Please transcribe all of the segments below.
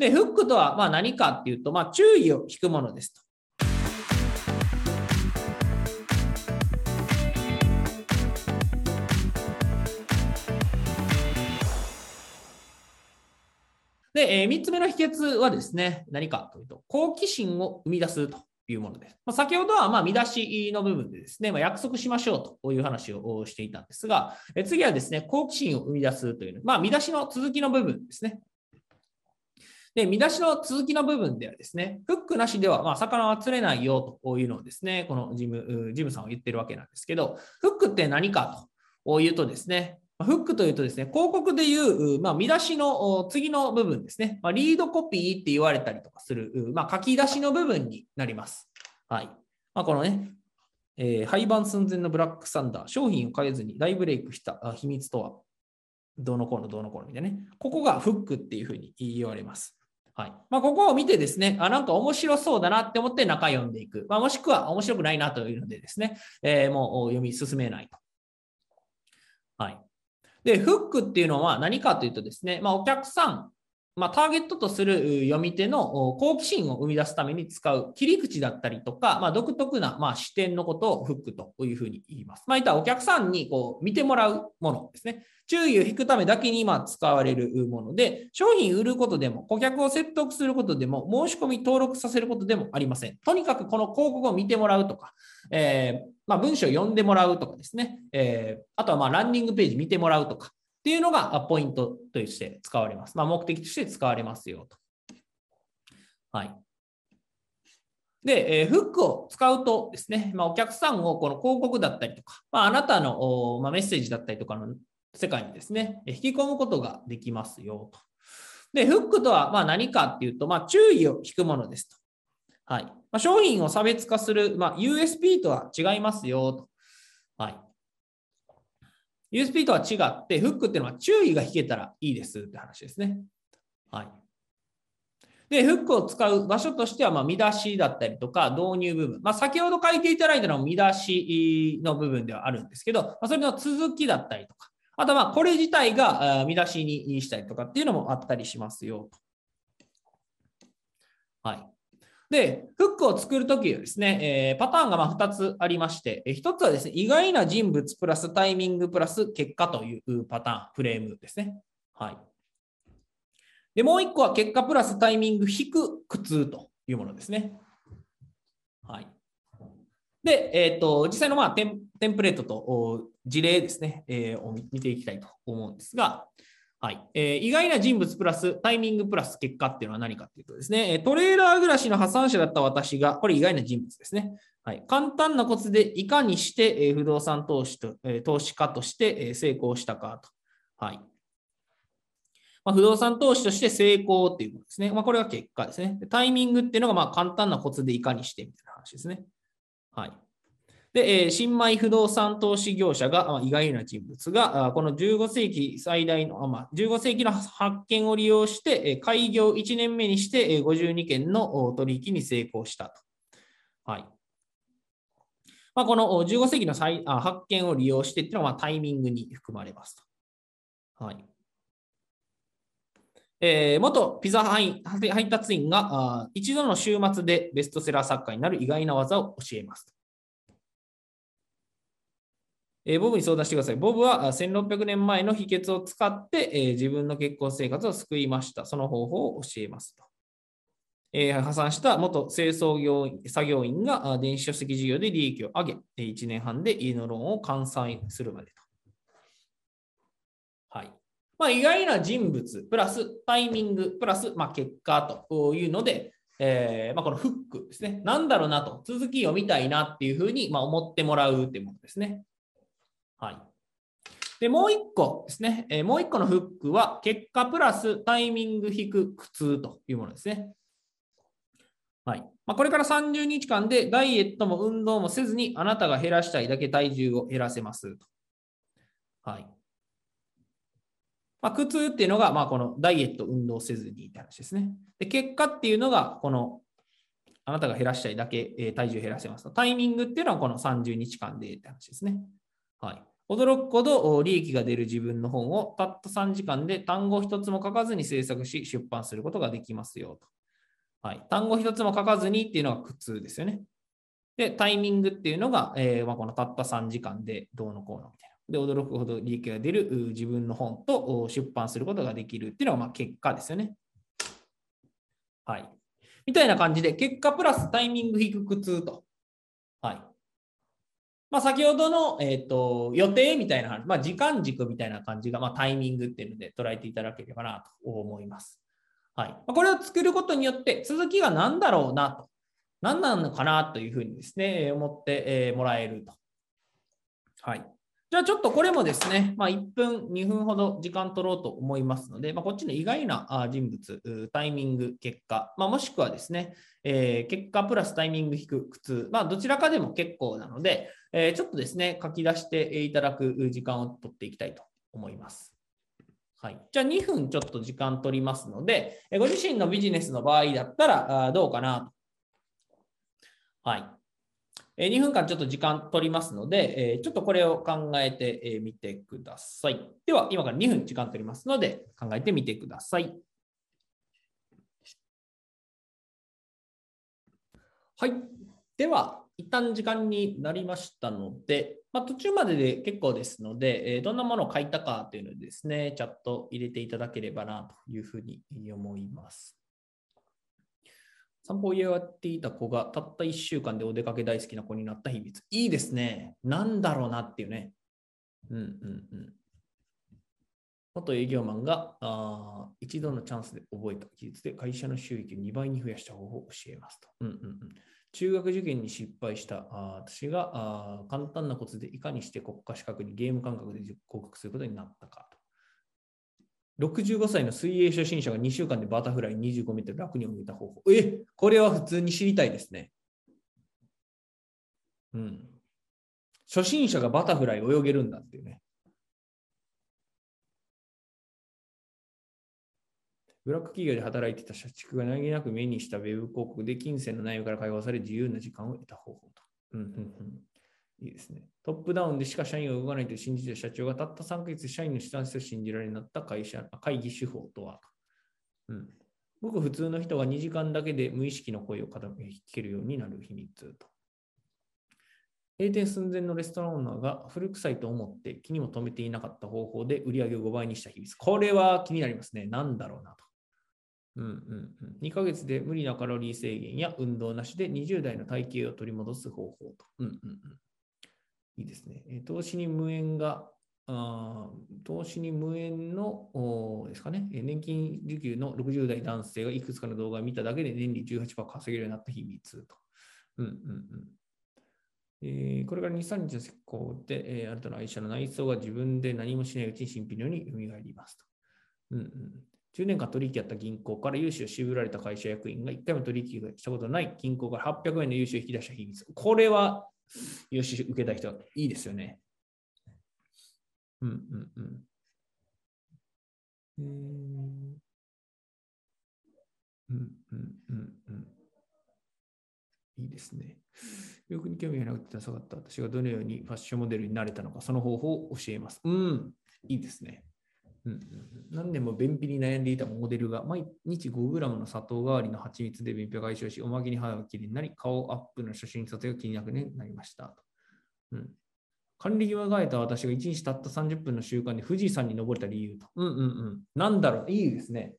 で、フックとはまあ何かっていうと、まあ、注意を引くものですと。で、3つ目の秘訣はですね、何かというと、好奇心を生み出すというものです。先ほどはまあ見出しの部分でですね、約束しましょうという話をしていたんですが、次はですね、好奇心を生み出すという、まあ、見出しの続きの部分ですね。で、見出しの続きの部分ではですね、フックなしではまあ魚は釣れないよというのをですね、このジムさんは言ってるわけなんですけど、フックって何かというとですね、フックというとですね、広告でいう、まあ、見出しの次の部分ですね、まあ、リードコピーって言われたりとかする、まあ、書き出しの部分になります。はい。まあ、このね、廃盤寸前のブラックサンダー、商品を変えずに大ブレイクした秘密とは、どうのこうのどうのこうのみたいなね、ここがフックっていうふうに言われます。はい。まあ、ここを見てですね、なんか面白そうだなって思って中読んでいく。まあ、もしくは面白くないなというのでですね、もう読み進めないと。はい。で、フックっていうのは何かというとですね、まあ、お客さん、まあ、ターゲットとする読み手の好奇心を生み出すために使う切り口だったりとか、まあ、独特なまあ視点のことをフックというふうに言います。まあ、いったお客さんにこう見てもらうものですね。注意を引くためだけにまあ使われるもので、商品売ることでも、顧客を説得することでも、申し込み登録させることでもありません。とにかくこの広告を見てもらうとか、まあ、文章を読んでもらうとかですね、あとはまあランディングページ見てもらうとかっていうのがポイントとして使われます。まあ、目的として使われますよと。はい。で、フックを使うとですね、まあ、お客さんをこの広告だったりとか、まあ、あなたの、まあ、メッセージだったりとかの世界にですね、引き込むことができますよと。で、フックとはまあ何かっていうと、まあ、注意を引くものですと。はい。まあ、商品を差別化する、まあ、USP とは違いますよと。はい。USP とは違って、フックっていうのは注意が引けたらいいですって話ですね。はい。で、フックを使う場所としては、まあ、見出しだったりとか、導入部分。まあ、先ほど書いていただいたのは見出しの部分ではあるんですけど、まあ、それの続きだったりとか、あとはまあこれ自体が見出しにしたりとかっていうのもあったりしますよと。はい。で、フックを作るときはですね、パターンがまあ2つありまして、1つはですね、意外な人物プラスタイミングプラス結果というパターン、フレームですね。はい。で、もう1個は結果プラスタイミング引く苦痛というものですね。はい。で、実際のまあテンプレートと事例ですね、を見ていきたいと思うんですが、はい。意外な人物プラスタイミングプラス結果っていうのは何かっていうとですね、トレーラー暮らしの破産者だった私が、これ意外な人物ですね。はい、簡単なコツでいかにして不動産投資投資家として成功したかと。はい。まあ、不動産投資として成功っていうことですね。まあ、これが結果ですね。タイミングっていうのがまあ簡単なコツでいかにしてみたいな話ですね。はい。で、新米不動産投資業者が意外な人物が、この15世紀最大の、15世紀の発見を利用して、開業1年目にして52件の取引に成功したと。はい。まあ、この15世紀の発見を利用してっていうのはタイミングに含まれますと。はい。元ピザ配達員が一度の週末でベストセラー作家になる意外な技を教えます。ボブに相談してください。ボブは1600年前の秘訣を使って、自分の結婚生活を救いました。その方法を教えますと。破産した元清掃作業員が電子書籍事業で利益を上げ、1年半で家のローンを完済するまでと。はい。まあ、意外な人物、プラスタイミング、プラス結果というので、このフックですね。なんだろうなと、続きを見たいなっていうふうに思ってもらうというものですね。はい。で、もう一個ですね。もう一個のフックは、結果プラスタイミング引く苦痛というものですね。はい。これから30日間でダイエットも運動もせずに、あなたが減らしたいだけ体重を減らせますと。はい。苦痛っていうのが、このダイエット運動せずにって話ですね。で、結果っていうのが、この、あなたが減らしたいだけ体重減らせますと。タイミングっていうのはこの30日間でって話ですね。はい。 驚くほど利益が出る自分の本をたった3時間で単語一つも書かずに制作し出版することができますよと。はい、単語一つも書かずにっていうのが苦痛ですよね。で、タイミングっていうのが、このたった3時間でどうのこうのみたいな。で、驚くほど利益が出る自分の本と出版することができるっていうのが結果ですよね。はい。みたいな感じで、結果プラスタイミング引く苦痛と。はい。先ほどの、予定みたいな話、時間軸みたいな感じが、タイミングっていうので捉えていただければなと思います。はい。これを作ることによって、続きが何だろうなと、何なのかなというふうにですね、思ってもらえると。はい。じゃあちょっとこれもですね、1分、2分ほど時間取ろうと思いますので、こっちの意外な人物、タイミング、結果、もしくはですね、結果プラスタイミング引く苦痛、どちらかでも結構なので、ちょっとですね、書き出していただく時間を取っていきたいと思います。はい。じゃあ2分ちょっと時間取りますので、ご自身のビジネスの場合だったらどうかなと。はい。2分間ちょっと時間取りますので、ちょっとこれを考えてみてください。では、今から2分時間取りますので、考えてみてください。はい。では、一旦時間になりましたので、途中までで結構ですので、どんなものを書いたかというのをですね、チャット入れていただければなというふうに思います。散歩をやっていた子がたった1週間でお出かけ大好きな子になった秘密。いいですね。なんだろうなっていうね。元営業マンが一度のチャンスで覚えた技術で会社の収益を2倍に増やした方法を教えますと。中学受験に失敗した私が簡単なコツでいかにして国家資格にゲーム感覚で合格することになったかと。65歳の水泳初心者が2週間でバタフライ25メートル楽に泳げた方法。これは普通に知りたいですね。初心者がバタフライ泳げるんだっていうね。ブラック企業で働いていた社畜が何気なく目にしたウェブ広告で金銭の悩みから解放され自由な時間を得た方法と。いいですね。トップダウンでしか社員を動かないと信じていた社長がたった3ヶ月で社員の資産性を信じられるようになった会議手法とは。ごく普通の人が2時間だけで無意識の声を聞けるようになる秘密と。閉店寸前のレストランオーナーが古臭いと思って気にも留めていなかった方法で売り上げを5倍にした秘密。これは気になりますね。なんだろうなと。2ヶ月で無理なカロリー制限や運動なしで20代の体型を取り戻す方法と。いいですね。投資に無縁のですかね、年金受給の60代男性がいくつかの動画を見ただけで年利 18% 稼げるようになった秘密と。これから2、3日の施工で、あなたの愛車の内装が自分で何もしないうちに新品のように蘇りますと。10年間取引やった銀行から融資を渋られた会社役員が1回も取引したことのない銀行から800円の融資を引き出した秘密。これは融資受けた人はいいですよね。いいですね。洋服に興味がなくてダサかった私がどのようにファッションモデルになれたのか、その方法を教えます。いいですね。何年も便秘に悩んでいたモデルが毎日 5g の砂糖代わりの蜂蜜で便秘を解消し、おまけに肌がきれいになり、顔アップの写真撮影が気になくなりました。管理際がえた私が1日たった30分の習慣で富士山に登れた理由と。なんだろう、いいですね。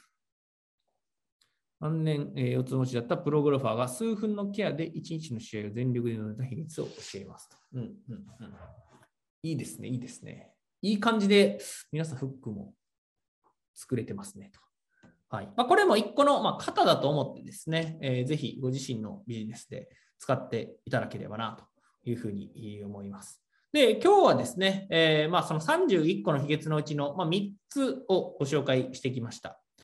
何年、四つ持ちだったプロゴルファーが数分のケアで1日の試合を全力で臨んだ秘密を教えますと。いいですね、いいですね。いい感じで皆さんフックも作れてますねと。はい。これも一個の型だと思ってですね、ぜひご自身のビジネスで使っていただければなというふうに思います。で、今日はですね、その31個の秘訣のうちの3つをご紹介してきました。